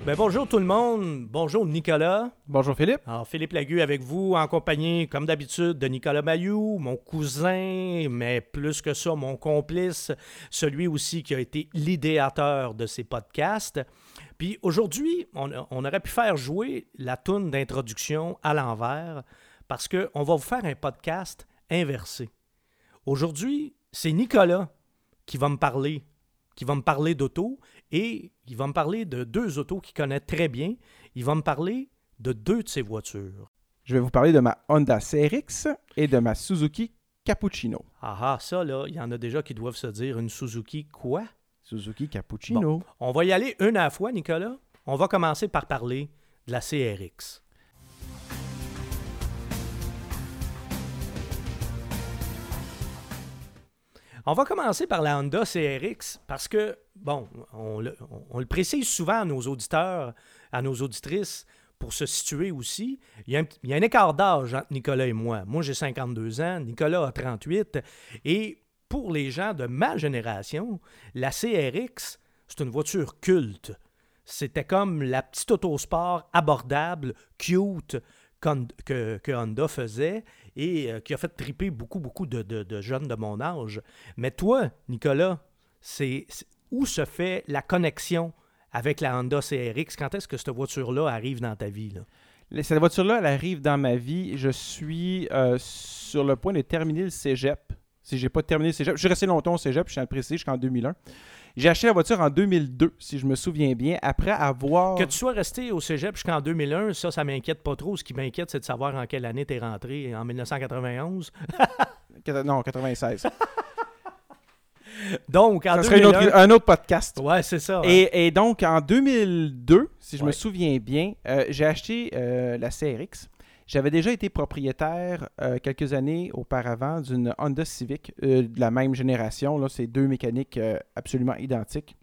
Bonjour tout le monde. Bonjour Nicolas. Bonjour Philippe. Alors, Philippe Lagu avec vous, en compagnie, comme d'habitude, de Nicolas Mayou, mon cousin, mais plus que ça, mon complice, celui aussi qui a été l'idéateur de ces podcasts. Puis aujourd'hui, on aurait pu faire jouer la toune d'introduction à l'envers parce qu'on va vous faire un podcast inversé. Aujourd'hui, c'est Nicolas qui va me parler d'auto et il va me parler de deux autos qu'il connaît très bien. Il va me parler de deux de ses voitures. Je vais vous parler de ma Honda CRX et de ma Suzuki Cappuccino. Ça là, il y en a déjà qui doivent se dire une Suzuki quoi? Suzuki Cappuccino. Bon, on va y aller une à la fois, Nicolas. On va commencer par parler de la CRX. On va commencer par la Honda CRX parce que, on le précise souvent à nos auditeurs, à nos auditrices, pour se situer aussi. Il y a un écart d'âge entre Nicolas et moi. Moi, j'ai 52 ans, Nicolas a 38. Et pour les gens de ma génération, la CRX, c'est une voiture culte. C'était comme la petite autosport abordable, cute, que Honda faisait et qui a fait triper beaucoup de jeunes de mon âge. Mais toi, Nicolas, c'est où se fait la connexion avec la Honda CRX? Quand est-ce que cette voiture-là arrive dans ta vie, là? Cette voiture-là, elle arrive dans ma vie. Je suis sur le point de terminer le cégep. Si j'ai pas terminé le cégep, je suis resté longtemps au cégep, je tiens à le préciser, jusqu'en 2001. J'ai acheté la voiture en 2002, si je me souviens bien, après avoir... Que tu sois resté au cégep jusqu'en 2001, ça m'inquiète pas trop. Ce qui m'inquiète, c'est de savoir en quelle année tu es rentré, en 1991. Non, 96. Donc, en ça 2001... serait un autre podcast. Ouais, c'est ça. Et donc, en 2002, si je me souviens bien, j'ai acheté la CRX. J'avais déjà été propriétaire quelques années auparavant d'une Honda Civic de la même génération. Là, c'est deux mécaniques absolument identiques.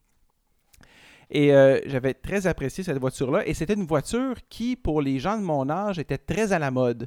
Et j'avais très apprécié cette voiture-là. Et c'était une voiture qui, pour les gens de mon âge, était très à la mode.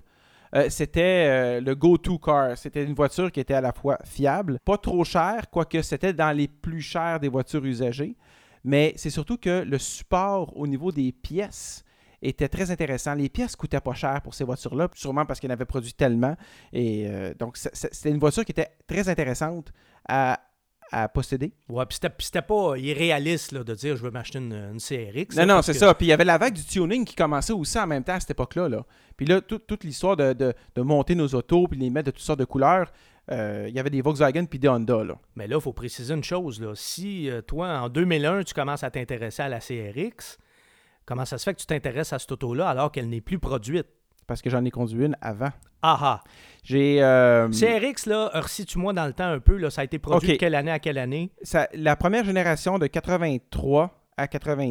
C'était le go-to car. C'était une voiture qui était à la fois fiable, pas trop chère, quoique c'était dans les plus chères des voitures usagées. Mais c'est surtout que le support au niveau des pièces était très intéressant. Les pièces coûtaient pas cher pour ces voitures-là, sûrement parce qu'elles en avaient produit tellement. Et donc, c'était une voiture qui était très intéressante à posséder. Ouais, puis c'était pas irréaliste là, de dire je veux m'acheter une CRX. Non, c'est ça. Puis il y avait la vague du tuning qui commençait aussi en même temps à cette époque-là. Là. Puis là, toute l'histoire de monter nos autos puis les mettre de toutes sortes de couleurs, il y avait des Volkswagen puis des Honda. Là. Mais là, il faut préciser une chose. Là. Si toi, en 2001, tu commences à t'intéresser à la CRX, comment ça se fait que tu t'intéresses à cette auto-là alors qu'elle n'est plus produite? Parce que j'en ai conduit une avant. J'ai... CRX, là, resitue-moi dans le temps un peu. Là, ça a été produit de quelle année à quelle année? La première génération de 83 à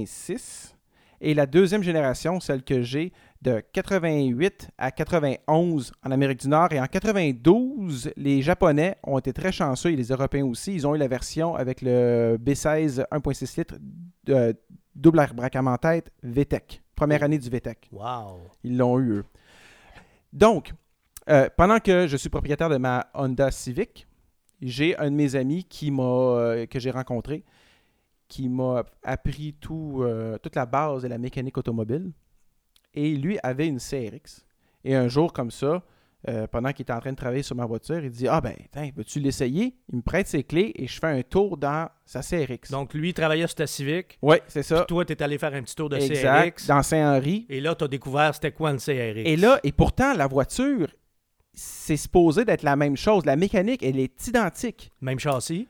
86 et la deuxième génération, celle que j'ai, de 88 à 91 en Amérique du Nord. Et en 92, les Japonais ont été très chanceux et les Européens aussi. Ils ont eu la version avec le B16 1.6 litres de double air-braque en tête VTEC. Première année du VTEC. Wow! Ils l'ont eu, eux. Donc, pendant que je suis propriétaire de ma Honda Civic, j'ai un de mes amis que j'ai rencontré qui m'a appris toute la base de la mécanique automobile. Et lui avait une CRX. Et un jour, comme ça, pendant qu'il était en train de travailler sur ma voiture, il dit « Ah ben, veux-tu l'essayer? » Il me prête ses clés et je fais un tour dans sa CRX. Donc, lui, il travaillait sur ta Civic. Oui, c'est ça. Puis toi, tu es allé faire un petit tour de exact, CRX. Dans Saint-Henri. Et là, tu as découvert c'était quoi une CRX. Et pourtant, la voiture, c'est supposé d'être la même chose. La mécanique, elle est identique. Même châssis?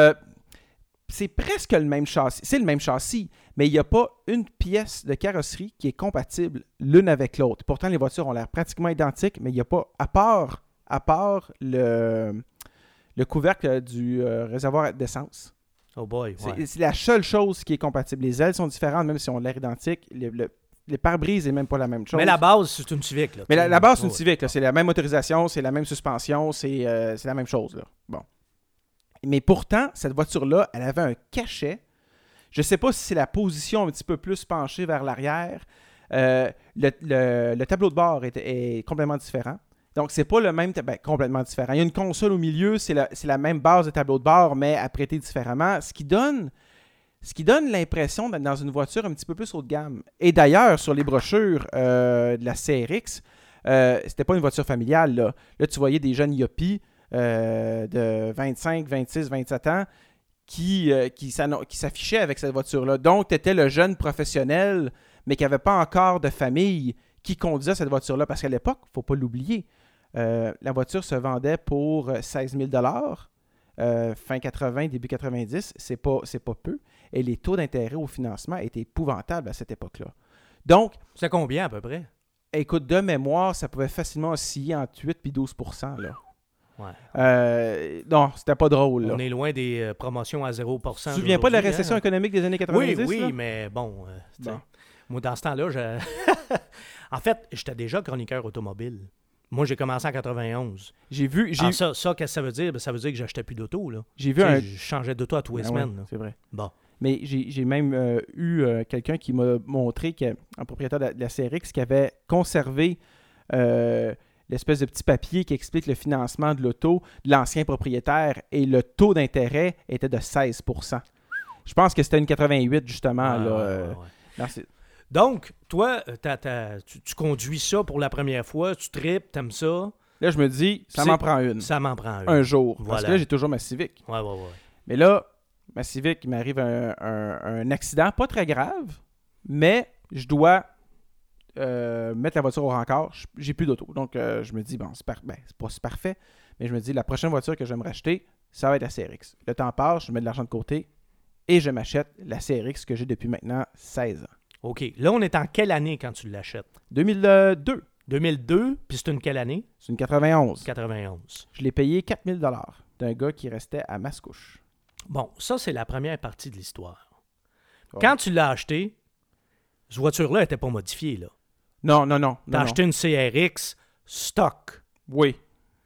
C'est presque le même châssis. C'est le même châssis, mais il n'y a pas une pièce de carrosserie qui est compatible l'une avec l'autre. Pourtant, les voitures ont l'air pratiquement identiques, mais il n'y a pas, à part le couvercle du réservoir d'essence. Oh boy, ouais. C'est la seule chose qui est compatible. Les ailes sont différentes, même si on a l'air identiques. Les pare-brises n'est même pas la même chose. Mais la base, c'est une Civic. Là, mais la base, c'est une Civic. Là. C'est la même motorisation, c'est la même suspension, c'est la même chose. Là. Bon. Mais pourtant, cette voiture-là, elle avait un cachet. Je ne sais pas si c'est la position un petit peu plus penchée vers l'arrière. Le tableau de bord est complètement différent. Donc, c'est pas le même... complètement différent. Il y a une console au milieu, c'est la même base de tableau de bord, mais apprêtée différemment. Ce qui donne Ce qui donne l'impression d'être dans une voiture un petit peu plus haut de gamme. Et d'ailleurs, sur les brochures de la CRX, c'était pas une voiture familiale. Là, tu voyais des jeunes yuppies de 25, 26, 27 ans qui s'affichaient avec cette voiture-là. Donc, tu étais le jeune professionnel, mais qui n'avait pas encore de famille, qui conduisait cette voiture-là. Parce qu'à l'époque, il ne faut pas l'oublier, la voiture se vendait pour 16 000 fin 80, début 90. C'est pas peu. Et les taux d'intérêt au financement étaient épouvantables à cette époque-là. Donc, c'est combien à peu près? Écoute, de mémoire, ça pouvait facilement osciller entre 8 et 12 % là. Ouais. Non, c'était pas drôle. Là. On est loin des promotions à 0 %. Tu te souviens pas de la récession économique des années 90? Oui, là? mais bon. Moi, dans ce temps-là, en fait, j'étais déjà chroniqueur automobile. Moi, j'ai commencé en 91. Ça, qu'est-ce que ça veut dire? Ça veut dire que j'achetais plus d'auto. Là. Je changeais d'auto à tous les semaines. Ouais, c'est vrai. Bon. Mais j'ai même eu quelqu'un qui m'a montré, un propriétaire de la CRX, qui avait conservé l'espèce de petit papier qui explique le financement de l'auto de l'ancien propriétaire et le taux d'intérêt était de 16 %. Je pense que c'était une 88, justement. Ouais. Donc, toi, tu conduis ça pour la première fois, tu tripes, t'aimes ça. Là, je me dis, ça m'en prend une. Ça m'en prend une. Un jour. Voilà. Parce que là, j'ai toujours ma Civic. Ouais. Mais là, ma Civic, il m'arrive un accident, pas très grave, mais je dois mettre la voiture au rencard. J'ai plus d'auto. Donc, je me dis, bon, c'est pas parfait, mais je me dis, la prochaine voiture que je vais me racheter, ça va être la CRX. Le temps passe, je mets de l'argent de côté et je m'achète la CRX que j'ai depuis maintenant 16 ans. OK. Là, on est en quelle année quand tu l'achètes? 2002. 2002, puis c'est une quelle année? C'est une 91. 91. Je l'ai payé 4 000 $ d'un gars qui restait à Mascouche. Bon, ça, c'est la première partie de l'histoire. Ouais. Quand tu l'as acheté, cette voiture-là n'était pas modifiée, là. Non. T'as acheté une CRX stock. Oui.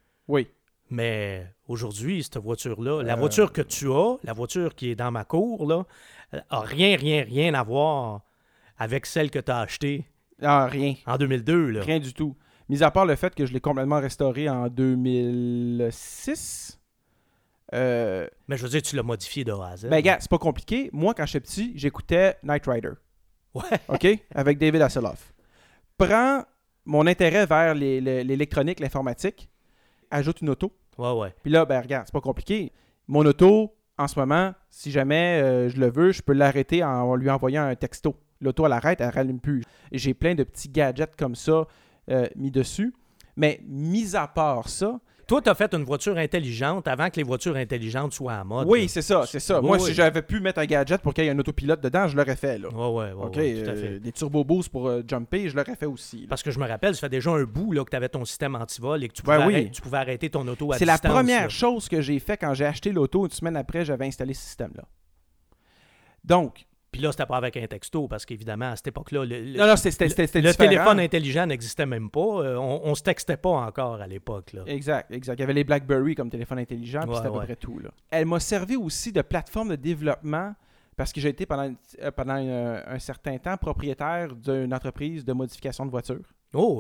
Mais aujourd'hui, cette voiture-là, la voiture que tu as, la voiture qui est dans ma cour, là, a rien à voir avec celle que tu as achetée rien. En 2002. Là. Rien du tout. Mis à part le fait que je l'ai complètement restaurée en 2006. Mais je veux dire, tu l'as modifié de A à Z. Ben, gars, c'est pas compliqué. Moi, quand j'étais petit, j'écoutais Knight Rider. Ouais. OK? Avec David Hasselhoff. Prends mon intérêt vers l'électronique, l'informatique, ajoute une auto. Ouais. Puis là, ben, regarde, c'est pas compliqué. Mon auto, en ce moment, si jamais je le veux, je peux l'arrêter en lui envoyant un texto. L'auto, elle arrête, elle ne rallume plus. J'ai plein de petits gadgets comme ça mis dessus. Mais mis à part ça... Toi, tu as fait une voiture intelligente avant que les voitures intelligentes soient à mode. Oui, là. c'est ça. Moi, si j'avais pu mettre un gadget pour qu'il y ait un autopilote dedans, je l'aurais fait. Là. Ouais, tout à fait. Des turbo boosts pour jumper, je l'aurais fait aussi. Là. Parce que je me rappelle, ça fait déjà un bout là, que tu avais ton système anti-vol et que tu pouvais arrêter ton auto à distance. C'est la première chose que j'ai fait quand j'ai acheté l'auto. Une semaine après, j'avais installé ce système-là. Donc... Puis là, c'était pas avec un texto, parce qu'évidemment, à cette époque-là, le téléphone intelligent n'existait même pas. On se textait pas encore à l'époque. Là. Exact. Il y avait les BlackBerry comme téléphone intelligent, puis c'était à peu près tout. Là. Elle m'a servi aussi de plateforme de développement, parce que j'ai été pendant un certain temps propriétaire d'une entreprise de modification de voitures. Oh,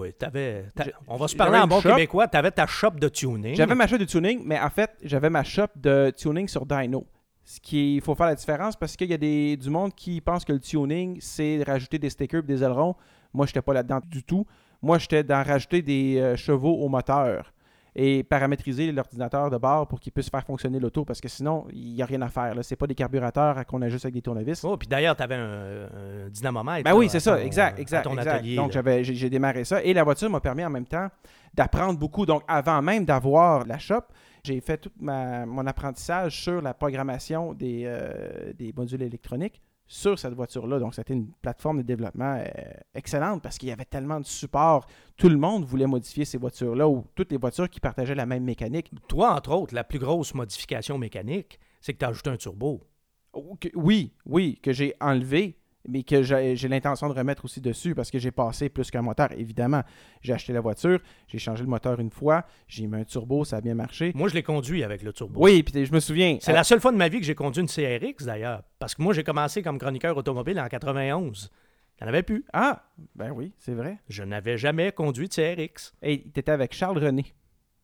on va se parler en bon québécois, tu avais ta shop de tuning. J'avais ma shop de tuning, mais en fait, j'avais ma shop de tuning sur Dyno. Il faut faire la différence parce qu'il y a du monde qui pense que le tuning, c'est rajouter des stickers et des ailerons. Moi, je n'étais pas là-dedans du tout. Moi, j'étais dans rajouter des chevaux au moteur et paramétriser l'ordinateur de bord pour qu'il puisse faire fonctionner l'auto parce que sinon, il n'y a rien à faire. Ce n'est pas des carburateurs qu'on ajuste avec des tournevis. Oh, puis d'ailleurs, tu avais un dynamomètre. Ben oui, c'est ça, exact. À ton atelier. Donc, j'ai démarré ça. Et la voiture m'a permis en même temps d'apprendre beaucoup. Donc, avant même d'avoir la shop, j'ai fait tout mon apprentissage sur la programmation des modules électroniques sur cette voiture-là. Donc, c'était une plateforme de développement excellente parce qu'il y avait tellement de support. Tout le monde voulait modifier ces voitures-là ou toutes les voitures qui partageaient la même mécanique. Toi, entre autres, la plus grosse modification mécanique, c'est que tu as ajouté un turbo. Oui, que j'ai enlevé, mais que j'ai l'intention de remettre aussi dessus parce que j'ai passé plus qu'un moteur, évidemment. J'ai acheté la voiture, j'ai changé le moteur une fois, j'ai mis un turbo, ça a bien marché. Moi, je l'ai conduit avec le turbo. Oui, puis je me souviens. C'est la seule fois de ma vie que j'ai conduit une CRX, d'ailleurs. Parce que moi, j'ai commencé comme chroniqueur automobile en 91. Il n'y en avait plus. Ah, ben oui, c'est vrai. Je n'avais jamais conduit de CRX. Et tu étais avec Charles René.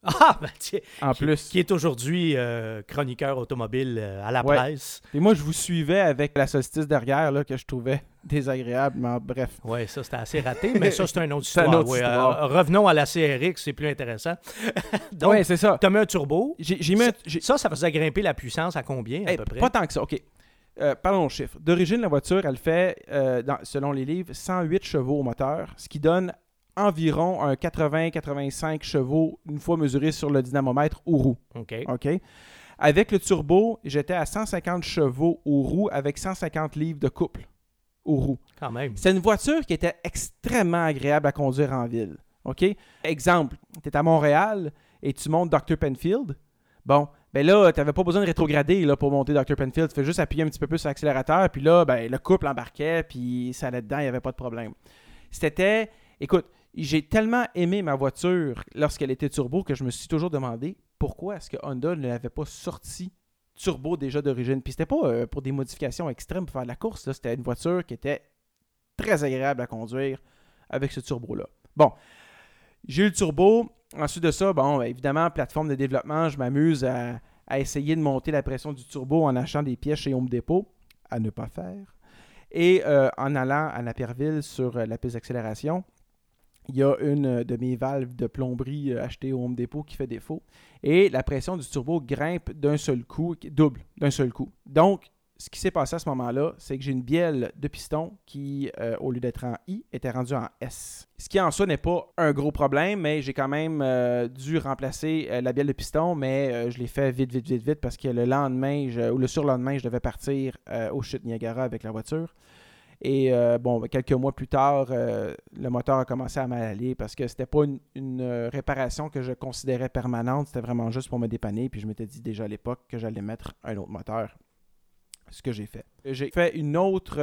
Ah, ben tiens, en plus. qui est aujourd'hui chroniqueur automobile à la Ouais. presse. Et moi, je vous suivais avec la solstice derrière, là, que je trouvais désagréable, mais bref. Oui, ça, c'était assez raté, mais ça, c'est une autre C'est histoire. une autre Ouais, histoire. revenons à la CRX, c'est plus intéressant. Donc, Oui, c'est ça. tu as mis un turbo. J'ai mis Ça faisait grimper la puissance à combien, à peu près? Pas tant que ça, OK. Parlons aux chiffres. D'origine, la voiture, elle fait, selon les livres, 108 chevaux au moteur, ce qui donne environ un 80-85 chevaux une fois mesuré sur le dynamomètre aux roues. OK. OK? Avec le turbo, j'étais à 150 chevaux aux roues avec 150 livres de couple aux roues. Quand même. C'est une voiture qui était extrêmement agréable à conduire en ville. OK? Exemple, tu es à Montréal et tu montes Dr. Penfield. Bon, ben là, tu n'avais pas besoin de rétrograder là, pour monter Dr. Penfield. Tu fais juste appuyer un petit peu plus sur l'accélérateur, puis là, ben, le couple embarquait, puis ça allait dedans, il n'y avait pas de problème. C'était... Écoute, j'ai tellement aimé ma voiture lorsqu'elle était turbo que je me suis toujours demandé pourquoi est-ce que Honda ne l'avait pas sorti turbo déjà d'origine. Puis c'était pas pour des modifications extrêmes pour faire de la course. Là. C'était une voiture qui était très agréable à conduire avec ce turbo-là. Bon, j'ai eu le turbo. Ensuite de ça, bon, évidemment, plateforme de développement, je m'amuse à essayer de monter la pression du turbo en achetant des pièces chez Home Depot, à ne pas faire. Et en allant à Naperville sur la piste d'accélération, il y a une de mes valves de plomberie achetées au Home Depot qui fait défaut. Et la pression du turbo grimpe d'un seul coup, double d'un seul coup. Donc, ce qui s'est passé à ce moment-là, c'est que j'ai une bielle de piston qui, au lieu d'être en I, était rendue en S. Ce qui en soi n'est pas un gros problème, mais j'ai quand même dû remplacer la bielle de piston, mais je l'ai fait vite parce que le lendemain, ou le surlendemain, je devais partir au Chute Niagara avec la voiture. Et bon, quelques mois plus tard, le moteur a commencé à mal aller parce que c'était pas une réparation que je considérais permanente, c'était vraiment juste pour me dépanner. Puis je m'étais dit déjà à l'époque que j'allais mettre un autre moteur. Ce que j'ai fait. J'ai fait une autre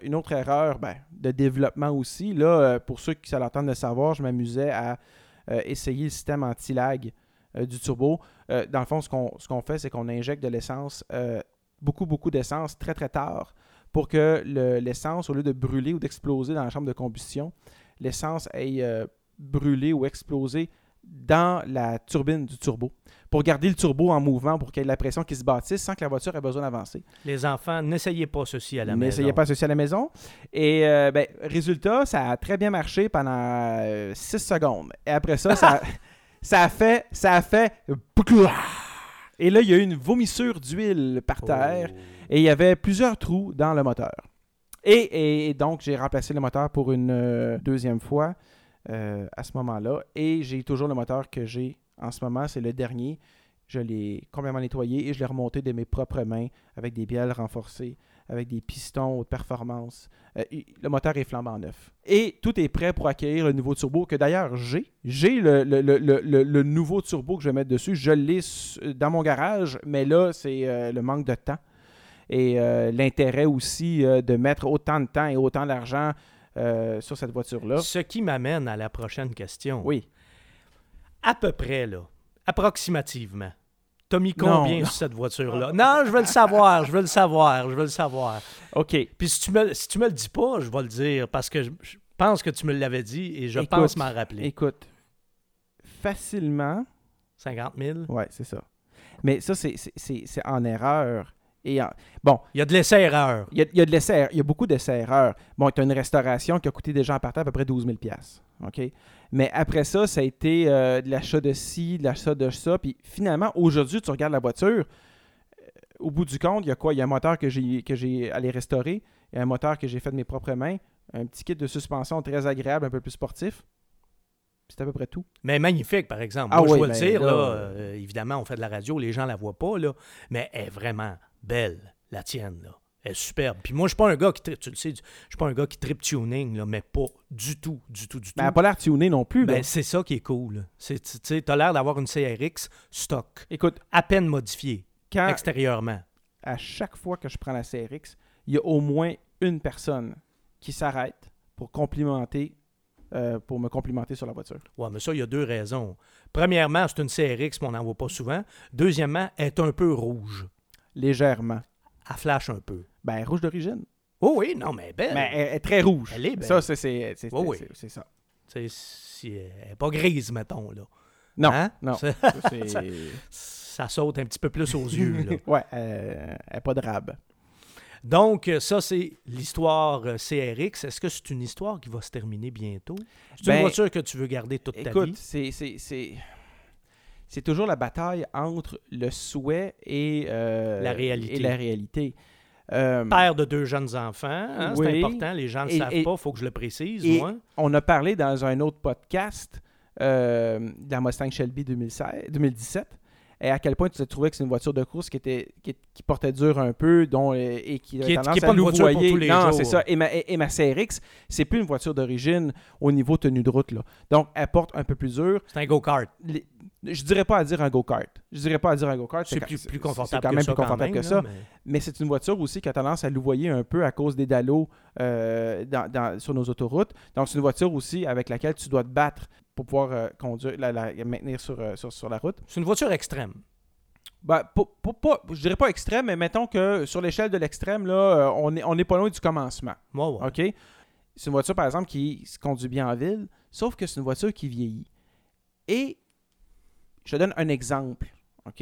erreur de développement aussi. Là, pour ceux qui ça leur tente de savoir, je m'amusais à essayer le système anti-lag du turbo. Dans le fond, ce qu'on fait, c'est qu'on injecte de l'essence, beaucoup d'essence très tard pour que l'essence, au lieu de brûler ou d'exploser dans la chambre de combustion, l'essence aille brûler ou exploser dans la turbine du turbo pour garder le turbo en mouvement pour qu'il y ait de la pression qui se bâtisse sans que la voiture ait besoin d'avancer. Les enfants, n'essayez pas ceci à la maison. N'essayez pas ceci à la maison. Et résultat, ça a très bien marché pendant 6 secondes. Et après ça, ça a fait... Et là, il y a eu une vomissure d'huile par terre et il y avait plusieurs trous dans le moteur. Et donc, j'ai remplacé le moteur pour une deuxième fois à ce moment-là. Et j'ai toujours le moteur que j'ai en ce moment, c'est le dernier. Je l'ai complètement nettoyé et je l'ai remonté de mes propres mains avec des bielles renforcées, avec des pistons haute performance. Le moteur est flambant neuf. Et tout est prêt pour accueillir le nouveau turbo que d'ailleurs j'ai. J'ai le nouveau turbo que je vais mettre dessus. Je l'ai dans mon garage, mais là, c'est le manque de temps. Et l'intérêt aussi de mettre autant de temps et autant d'argent sur cette voiture-là. Ce qui m'amène à la prochaine question. Oui. À peu près, là, approximativement, t'as mis combien sur cette voiture-là? Non, je veux le savoir. OK. Puis si tu me le dis pas, je vais le dire parce que je pense que tu me l'avais dit et je pense m'en rappeler. Écoute, facilement... 50 000? Oui, c'est ça. Mais ça, c'est en erreur. Bon, il y a de l'essai-erreur. Il y a de l'essai, il y a beaucoup d'essais-erreurs. Bon, tu as une restauration qui a coûté déjà en partant à peu près 12 000 $. OK? Mais après ça, ça a été de l'achat de ci, de l'achat de ça. Puis finalement, aujourd'hui, tu regardes la voiture, au bout du compte, il y a quoi? Il y a un moteur que j'ai allé restaurer, il y a un moteur que j'ai fait de mes propres mains, un petit kit de suspension très agréable, un peu plus sportif. C'est à peu près tout. Mais magnifique, par exemple. Ah moi, oui, je dois le dire, là, évidemment, on fait de la radio, les gens la voient pas, là, mais elle est vraiment belle, la tienne, là. Elle est superbe. Puis moi, je suis pas un gars qui tripe, tu le sais, je suis pas un gars qui tripe tuning, là, mais pas du tout. Ben, elle n'a pas l'air tunée non plus. Ben, c'est ça qui est cool. Tu as l'air d'avoir une CRX stock. Écoute, à peine modifiée, extérieurement. À chaque fois que je prends la CRX, il y a au moins une personne qui s'arrête pour me complimenter sur la voiture. Oui, mais ça, il y a deux raisons. Premièrement, c'est une CRX, mais on n'en voit pas souvent. Deuxièmement, elle est un peu rouge. Légèrement. Elle flash un peu. Ben, rouge d'origine. Oh oui, non, mais belle. Mais elle est très rouge. Elle est belle. Ça, c'est ça. Elle n'est pas grise, mettons, là. Non, Hein? non. Ça saute un petit peu plus aux yeux. Là. Ouais, elle n'a pas de rab. Donc, ça, c'est l'histoire CRX. Est-ce que c'est une histoire qui va se terminer bientôt? C'est une voiture que tu veux garder toute ta vie? Écoute, c'est toujours la bataille entre le souhait et la réalité. Père de 2 jeunes enfants, hein, oui, c'est important, les gens ne le savent pas, il faut que je le précise, et moi. On a parlé dans un autre podcast de la Mustang Shelby 2017, et à quel point tu trouvais que c'est une voiture de course qui portait dur un peu, et qui avait tendance à louvoyer. Pour tous les jours. C'est ça. Et ma CRX, c'est plus une voiture d'origine au niveau tenue de route, là. Donc, elle porte un peu plus dur. C'est un go-kart. Je dirais pas à dire un go-kart. C'est plus confortable c'est quand même plus confortable que ça. Là, mais c'est une voiture aussi qui a tendance à louvoyer un peu à cause des dallos sur nos autoroutes. Donc, c'est une voiture aussi avec laquelle tu dois te battre pour pouvoir conduire, la maintenir sur la route. C'est une voiture extrême. Ben, je dirais pas extrême, mais mettons que sur l'échelle de l'extrême, là, on est pas loin du commencement. Ouais. OK? C'est une voiture, par exemple, qui se conduit bien en ville, sauf que c'est une voiture qui vieillit. Et je te donne un exemple. OK?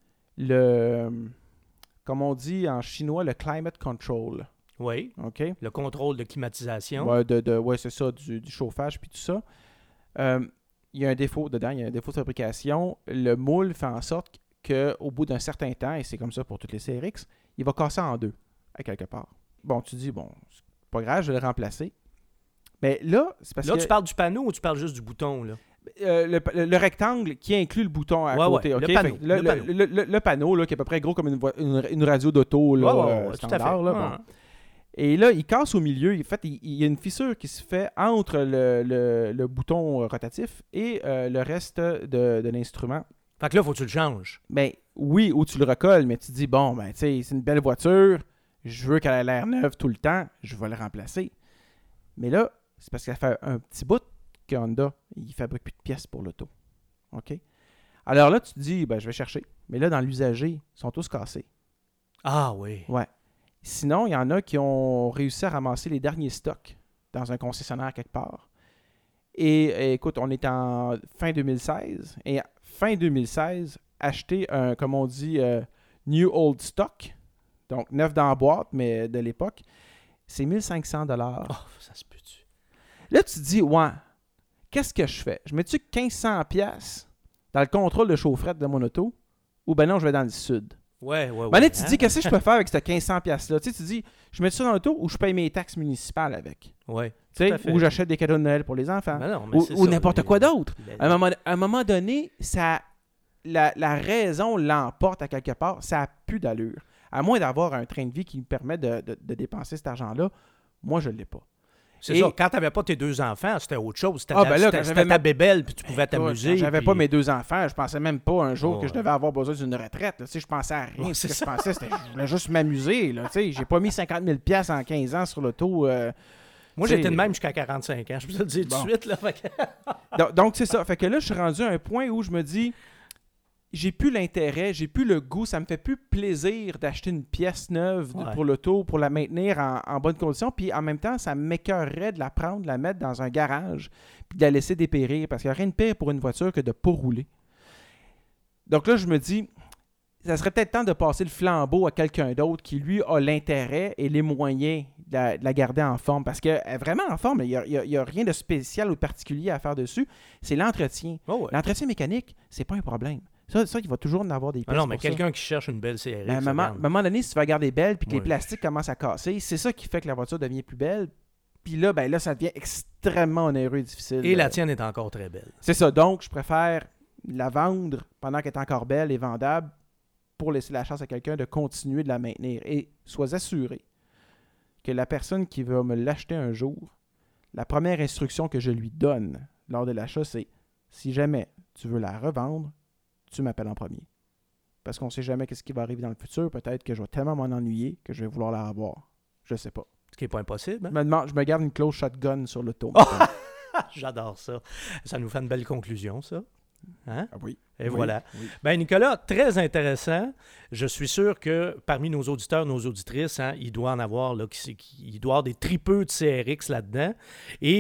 Comme on dit en chinois, le climate control. Oui. OK? Le contrôle de climatisation. Ouais, c'est ça, du chauffage puis tout ça. Il y a un défaut dedans, il y a un défaut de fabrication. Le moule fait en sorte qu'au bout d'un certain temps, et c'est comme ça pour toutes les CRX, il va casser en deux, à quelque part. Bon, tu dis, c'est pas grave, je vais le remplacer. Mais là, c'est parce que... Là, tu parles du panneau ou tu parles juste du bouton, là? Le rectangle qui inclut le bouton à côté. Ouais, okay? Le panneau là, qui est à peu près gros comme une radio d'auto là, standard. Là, bon. Et là, il casse au milieu. En fait, il y a une fissure qui se fait entre le bouton rotatif et le reste de l'instrument. Fait que là, il faut que tu le changes. Ben oui, ou tu le recolles, mais tu te dis, bon, ben tu sais, c'est une belle voiture, je veux qu'elle ait l'air neuve tout le temps, je vais le remplacer. Mais là, c'est parce qu'elle fait un petit bout que Honda, il fabrique plus de pièces pour l'auto. OK? Alors là, tu te dis, ben je vais chercher. Mais là, dans l'usager, ils sont tous cassés. Ah oui. Ouais. Sinon, il y en a qui ont réussi à ramasser les derniers stocks dans un concessionnaire quelque part. Et écoute, on est en fin 2016. Et fin 2016, acheter un, comme on dit, new old stock, donc neuf dans la boîte, mais de l'époque, c'est 1500 $. Oh, ça se peut-tu. Là, tu te dis, ouais, qu'est-ce que je fais? Je mets-tu 1500 $ dans le contrôle de chaufferette de mon auto? Ou ben non, je vais dans le sud? Ouais. Ben là, tu te dis, qu'est-ce que je peux faire avec ce 1500 $ là? Tu sais, tu dis, je mets ça dans l'auto ou je paye mes taxes municipales avec? Ouais. Tu sais, ou j'achète des cadeaux de Noël pour les enfants. Ben non, mais ou n'importe quoi d'autre. À un moment donné, la raison l'emporte à quelque part. Ça n'a plus d'allure. À moins d'avoir un train de vie qui me permet de dépenser cet argent-là, moi, je ne l'ai pas. C'est ça. Quand tu n'avais pas tes 2 enfants, c'était autre chose. C'était c'était ta bébelle, puis tu pouvais t'amuser. J'avais pas mes 2 enfants. Je pensais même pas un jour que je devais avoir besoin d'une retraite. Tu sais, je pensais à rien. Ce que je pensais, c'était je voulais juste m'amuser. Tu sais, j'ai pas mis 50 000 $ en 15 ans sur l'auto. Moi, j'étais de même jusqu'à 45 ans. Je peux te le dire tout de suite. Là, donc, c'est ça. Fait que là, je suis rendu à un point où je me dis, j'ai plus l'intérêt, j'ai plus le goût, ça me fait plus plaisir d'acheter une pièce neuve pour l'auto, pour la maintenir en bonne condition. Puis en même temps, ça m'écœurerait de la prendre, de la mettre dans un garage, puis de la laisser dépérir. Parce qu'il n'y a rien de pire pour une voiture que de ne pas rouler. Donc là, je me dis, ça serait peut-être temps de passer le flambeau à quelqu'un d'autre qui, lui, a l'intérêt et les moyens de la garder en forme. Parce qu'elle est vraiment en forme, il n'y a rien de spécial ou de particulier à faire dessus. C'est l'entretien. Oh ouais. L'entretien mécanique, c'est pas un problème. Ça, il va toujours en avoir des pièces. Non, mais quelqu'un qui cherche une belle CRX. À un moment donné, si tu vas garder belle puis que les plastiques commencent à casser, c'est ça qui fait que la voiture devient plus belle. Puis là, ça devient extrêmement onéreux et difficile. Et la tienne est encore très belle. C'est ça. Donc, je préfère la vendre pendant qu'elle est encore belle et vendable pour laisser la chance à quelqu'un de continuer de la maintenir. Et sois assuré que la personne qui va me l'acheter un jour, la première instruction que je lui donne lors de l'achat, c'est si jamais tu veux la revendre, tu m'appelles en premier. Parce qu'on ne sait jamais ce qui va arriver dans le futur. Peut-être que je vais tellement m'en ennuyer que je vais vouloir la revoir. Je sais pas. Ce qui n'est pas impossible. Hein? Je me garde une close shotgun sur l'auto. J'adore ça. Ça nous fait une belle conclusion, ça. Hein? Ah oui. Et voilà. Oui. Ben Nicolas, très intéressant. Je suis sûr que parmi nos auditeurs, nos auditrices, il doit en avoir là, il doit y avoir des tripeux de CRX là-dedans. Et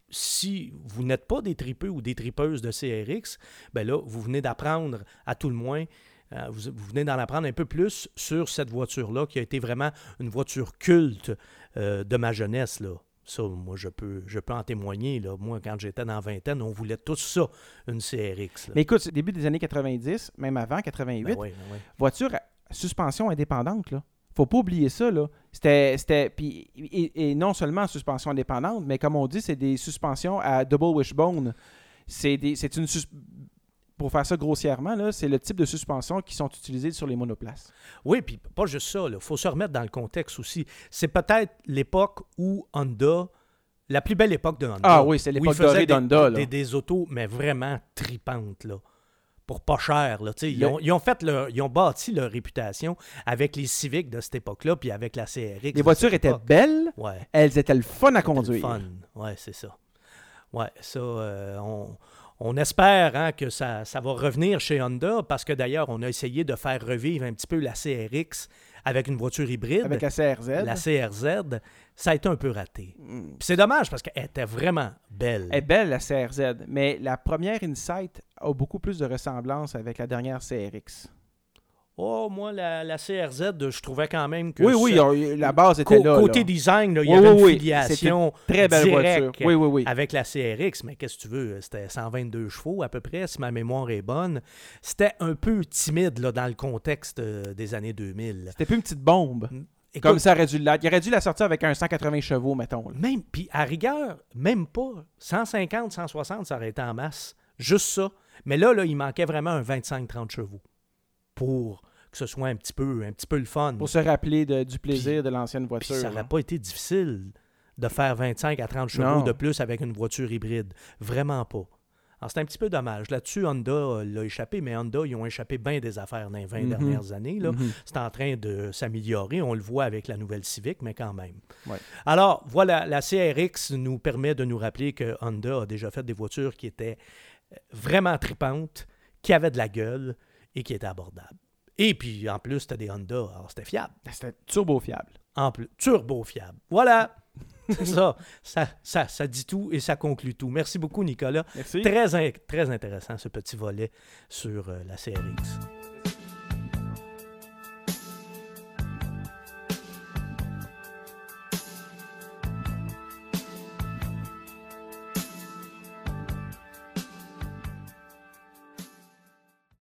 si vous n'êtes pas des tripeux ou des tripeuses de CRX, ben là, vous venez d'apprendre, à tout le moins, vous venez d'en apprendre un peu plus sur cette voiture-là, qui a été vraiment une voiture culte de ma jeunesse, là. Ça, moi, je peux en témoigner. Là. Moi, quand j'étais dans la vingtaine, on voulait tout ça, une CRX. Là. Mais écoute, c'est début des années 90, même avant, 88, Ben oui. voiture à suspension indépendante, là. Faut pas oublier ça, là. C'était puis, et non seulement suspension indépendante, mais comme on dit, c'est des suspensions à double wishbone. Pour faire ça grossièrement, là, c'est le type de suspension qui sont utilisées sur les monoplaces. Oui, puis pas juste ça. Il faut se remettre dans le contexte aussi. C'est peut-être l'époque où Honda, la plus belle époque de Honda. Ah oui, c'est l'époque dorée d'Honda. Des autos, mais vraiment tripantes, là. Pour pas cher. Là. Ils ont bâti leur réputation avec les Civic de cette époque-là, puis avec la CRX. Les voitures étaient belles, elles étaient le fun à conduire. Oui, c'est ça. Oui, ça, on espère que ça va revenir chez Honda, parce que d'ailleurs, on a essayé de faire revivre un petit peu la CRX avec une voiture hybride. Avec la CRZ. La CRZ, ça a été un peu raté. Puis c'est dommage, parce qu'elle était vraiment belle. Elle est belle, la CRZ, mais la première Insight a beaucoup plus de ressemblance avec la dernière CRX. Oh, moi, la CRZ, je trouvais quand même que... Oui, la base était là. Côté design, là, il y avait une filiation très belle voiture. Oui. Avec la CRX, mais qu'est-ce que tu veux? C'était 122 chevaux à peu près, si ma mémoire est bonne. C'était un peu timide là, dans le contexte des années 2000. C'était plus une petite bombe. Écoute, comme ça aurait dû l'être. Il aurait dû la sortir avec un 180 chevaux, mettons. Même, puis à rigueur, même pas. 150, 160, ça aurait été en masse. Juste ça. Mais là, il manquait vraiment un 25-30 chevaux pour que ce soit un petit peu le fun. Pour se rappeler du plaisir de l'ancienne voiture. Ça n'aurait pas été difficile de faire 25 à 30 chevaux de plus avec une voiture hybride. Vraiment pas. Alors, c'est un petit peu dommage. Là-dessus, Honda l'a échappé, mais Honda, ils ont échappé bien des affaires dans les 20 dernières années. Là. C'est en train de s'améliorer. On le voit avec la nouvelle Civic, mais quand même. Ouais. Alors, voilà, la CRX nous permet de nous rappeler que Honda a déjà fait des voitures qui étaient vraiment tripantes, qui avaient de la gueule et qui étaient abordables. Et puis, en plus, c'était des Honda, alors c'était fiable. C'était turbo fiable. En plus, turbo fiable. Voilà! C'est ça dit tout et ça conclut tout. Merci beaucoup, Nicolas. Merci. Très intéressant, ce petit volet sur la CRX.